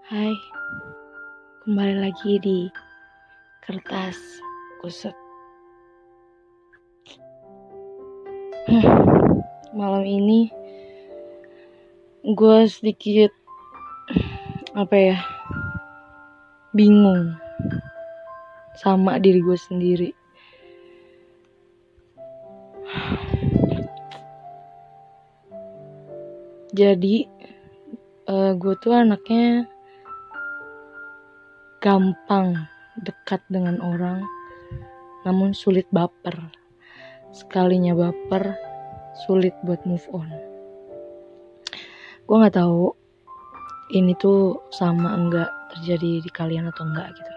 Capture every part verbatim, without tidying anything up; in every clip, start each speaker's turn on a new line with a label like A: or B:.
A: Hai, kembali lagi di Kertas Kusut. Hmm, malam ini gue sedikit apa ya, bingung sama diri gue sendiri. Jadi uh, gue tuh anaknya gampang dekat dengan orang, namun sulit baper. Sekalinya baper, sulit buat move on. Gue nggak tahu ini tuh sama enggak terjadi di kalian atau enggak gitu.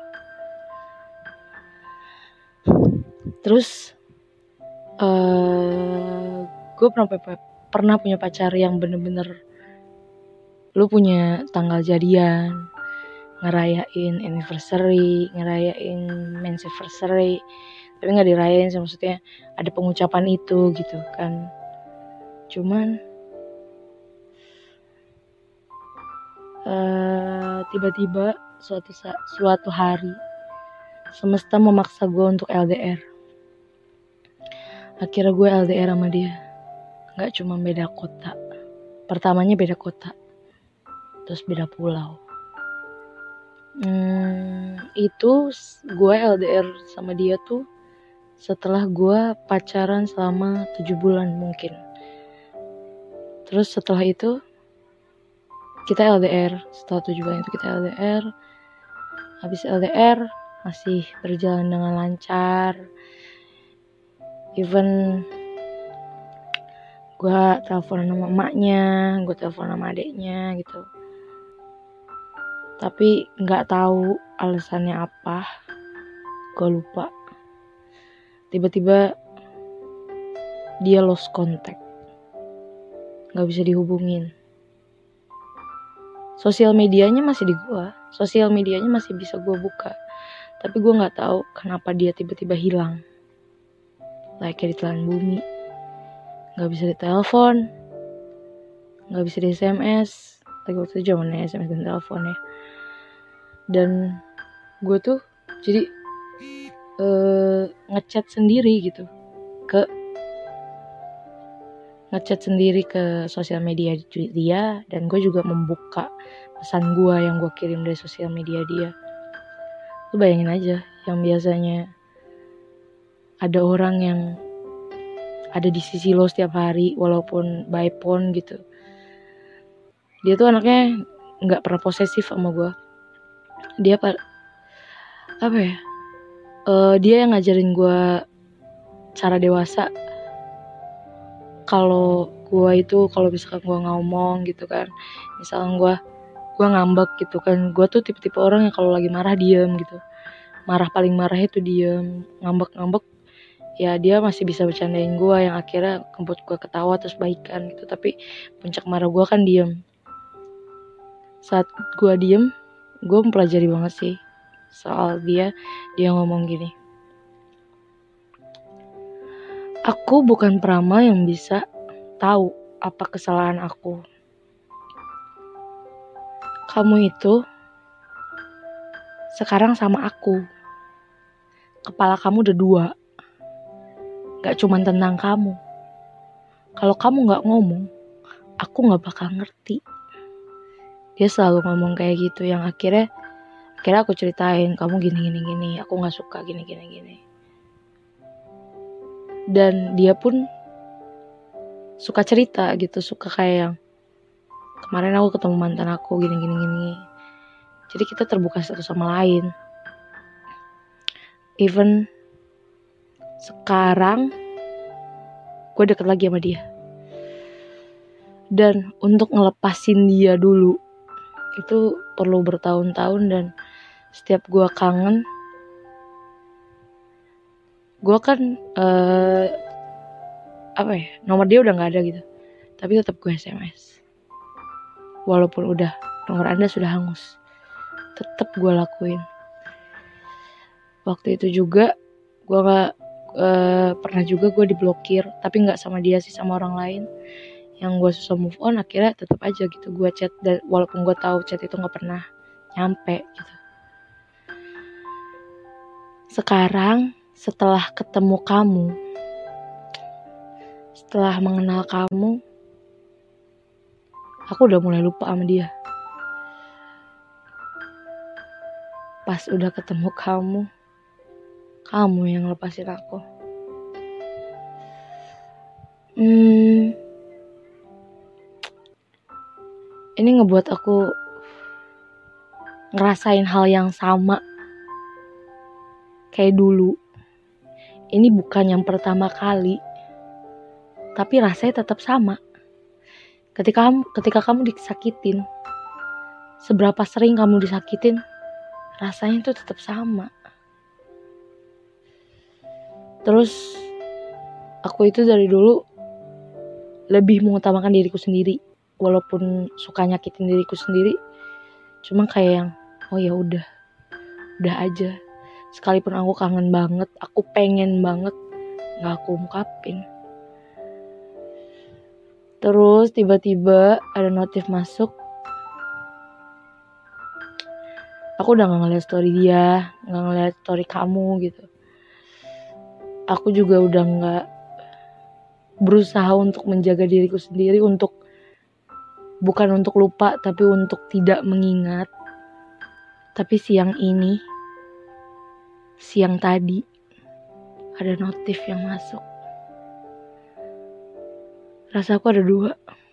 A: Terus uh, gue pernah pernah punya pacar yang bener-bener lu punya tanggal jadian, ngerayain anniversary, ngerayain mensiversary, tapi nggak dirayain sih, maksudnya ada pengucapan itu gitu kan. Cuman uh, tiba-tiba suatu suatu hari semesta memaksa gue untuk L D R. Akhirnya gue L D R sama dia. Gak cuma beda kota. Pertamanya beda kota, terus beda pulau. Hmm, itu gue L D R sama dia tuh setelah gue pacaran selama tujuh bulan mungkin. Terus setelah itu kita L D R. Setelah tujuh bulan itu kita L D R. Habis L D R masih berjalan dengan lancar. Even gue telepon sama emaknya, gue telepon sama adeknya gitu. Tapi nggak tahu alasannya apa, gue lupa. Tiba-tiba dia lost contact, nggak bisa dihubungin. Sosial medianya masih di gue, sosial medianya masih bisa gue buka. Tapi gue nggak tahu kenapa dia tiba-tiba hilang, layaknya ditelan bumi. Nggak bisa ditelepon, nggak bisa di S M S. Lagi waktu itu zamannya S M S dan telepon ya. Dan gue tuh jadi uh, ngechat sendiri gitu, ke ngechat sendiri ke sosial media dia, dan gue juga membuka pesan gue yang gue kirim dari sosial media dia. Lu bayangin aja, yang biasanya ada orang yang ada di sisi lo setiap hari walaupun by phone gitu, dia tuh anaknya nggak pernah posesif sama gue. Dia apa ya uh, dia yang ngajarin gue cara dewasa. Kalau gue itu kalau misalkan gue ngomong gitu kan, misalkan gue gue ngambek gitu kan, gue tuh tipe-tipe orang yang kalau lagi marah diem gitu, marah paling marah itu diem, ngambek-ngambek ya dia masih bisa bercandain gue yang akhirnya membuat gue ketawa terus baikan gitu. Tapi puncak marah gue kan diem. Saat gue diem, gue mempelajari banget sih soal dia. Dia ngomong gini, aku bukan peramal yang bisa tahu apa kesalahan aku. Kamu itu sekarang sama aku, kepala kamu udah dua, gak cuma tentang kamu. Kalau kamu gak ngomong, aku gak bakal ngerti. Dia selalu ngomong kayak gitu, yang akhirnya akhirnya aku ceritain, kamu gini gini gini, aku gak suka gini gini gini. Dan dia pun suka cerita gitu, suka kayak yang kemarin aku ketemu mantan aku gini gini gini. Jadi kita terbuka satu sama lain. Even sekarang gue deket lagi sama dia. Dan untuk ngelepasin dia dulu itu perlu bertahun-tahun, dan setiap gue kangen, gue kan uh, apa ya, nomor dia udah nggak ada gitu, tapi tetap gue S M S. Walaupun udah nomor anda sudah hangus, tetap gue lakuin. Waktu itu juga gue nggak uh, pernah juga gue diblokir, tapi nggak sama dia sih, sama orang lain. Yang gue susah move on, akhirnya tetap aja gitu gue chat, dan walaupun gue tahu chat itu nggak pernah nyampe gitu. Sekarang setelah ketemu kamu, setelah mengenal kamu, aku udah mulai lupa sama dia. Pas udah ketemu kamu, kamu yang lepasin aku. Hmm, ini ngebuat aku ngerasain hal yang sama kayak dulu. Ini bukan yang pertama kali, tapi rasanya tetap sama. Ketika kamu, ketika kamu disakitin, seberapa sering kamu disakitin, rasanya itu tetap sama. Terus aku itu dari dulu lebih mengutamakan diriku sendiri, walaupun suka nyakitin diriku sendiri. Cuma kayak yang oh ya udah, udah aja. Sekalipun aku kangen banget, aku pengen banget, nggak aku ungkapin. Terus tiba-tiba ada notif masuk. Aku udah gak ngeliat story dia, gak ngeliat story kamu gitu. Aku juga udah gak berusaha untuk menjaga diriku sendiri, untuk bukan untuk lupa, tapi untuk tidak mengingat. Tapi siang ini, siang tadi, ada notif yang masuk. Rasaku ada dua,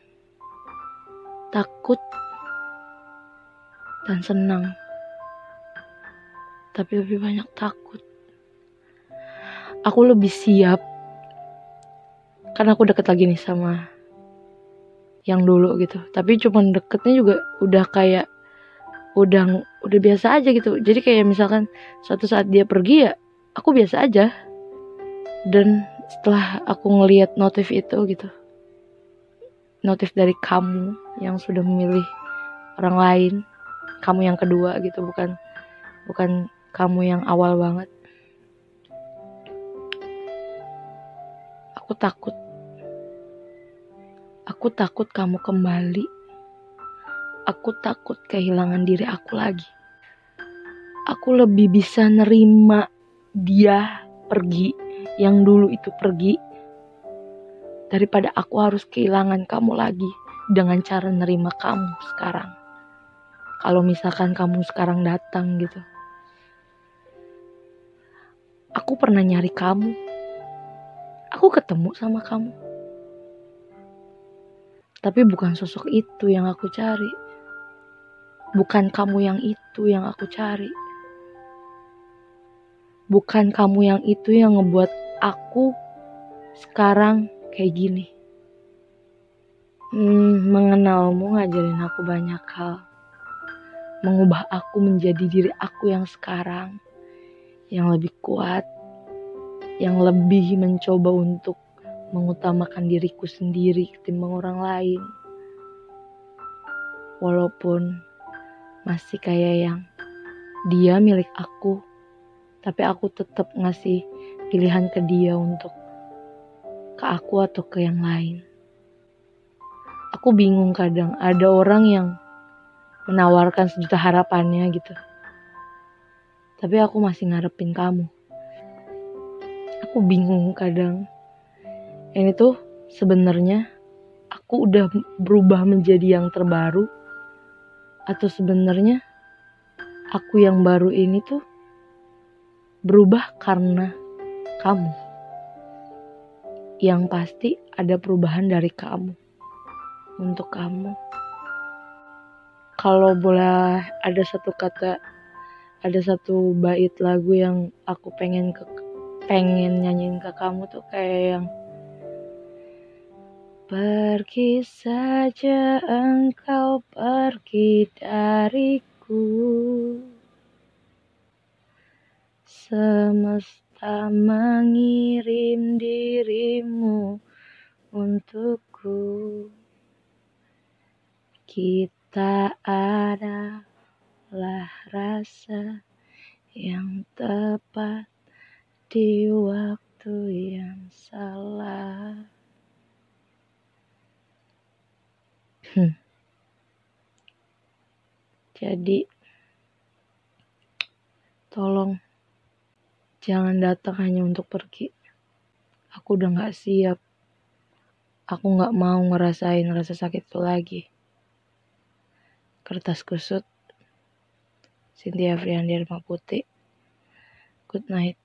A: takut dan senang. Tapi lebih banyak takut. Aku lebih siap, karena aku deket lagi nih sama yang dulu gitu. Tapi cuman deketnya juga udah kayak udah udah biasa aja gitu. Jadi kayak misalkan suatu saat dia pergi ya aku biasa aja. Dan setelah aku ngelihat notif itu gitu, notif dari kamu yang sudah memilih orang lain, kamu yang kedua gitu, bukan bukan kamu yang awal banget. Aku takut. Aku takut kamu kembali. Aku takut kehilangan diri aku lagi. Aku lebih bisa nerima dia pergi, yang dulu itu pergi, daripada aku harus kehilangan kamu lagi dengan cara nerima kamu sekarang. Kalau misalkan kamu sekarang datang gitu. Aku pernah nyari kamu. Aku ketemu sama kamu. Tapi bukan sosok itu yang aku cari. Bukan kamu yang itu yang aku cari. Bukan kamu yang itu yang ngebuat aku sekarang kayak gini. Hmm, mengenalmu ngajarin aku banyak hal. Mengubah aku menjadi diri aku yang sekarang. Yang lebih kuat. Yang lebih mencoba untuk mengutamakan diriku sendiri ketimbang orang lain. Walaupun masih kayak yang dia milik aku, tapi aku tetap ngasih pilihan ke dia untuk ke aku atau ke yang lain. Aku bingung kadang, ada orang yang menawarkan sejuta harapannya gitu, tapi aku masih ngarepin kamu. Aku bingung kadang, ini tuh sebenarnya aku udah berubah menjadi yang terbaru, atau sebenarnya aku yang baru ini tuh berubah karena kamu. Yang pasti ada perubahan dari kamu untuk kamu. Kalau boleh ada satu kata, ada satu bait lagu yang aku pengen ke pengen nyanyiin ke kamu tuh kayak yang pergi saja engkau pergi dariku, semesta mengirim dirimu untukku. Kita adalah rasa yang tepat di waktu yang salah. Hmm. Jadi Tolong, jangan datang hanya untuk pergi. Aku udah gak siap. Aku gak mau ngerasain rasa sakit itu lagi. Kertas kusut, Cynthia Friandir Maputi. Good night.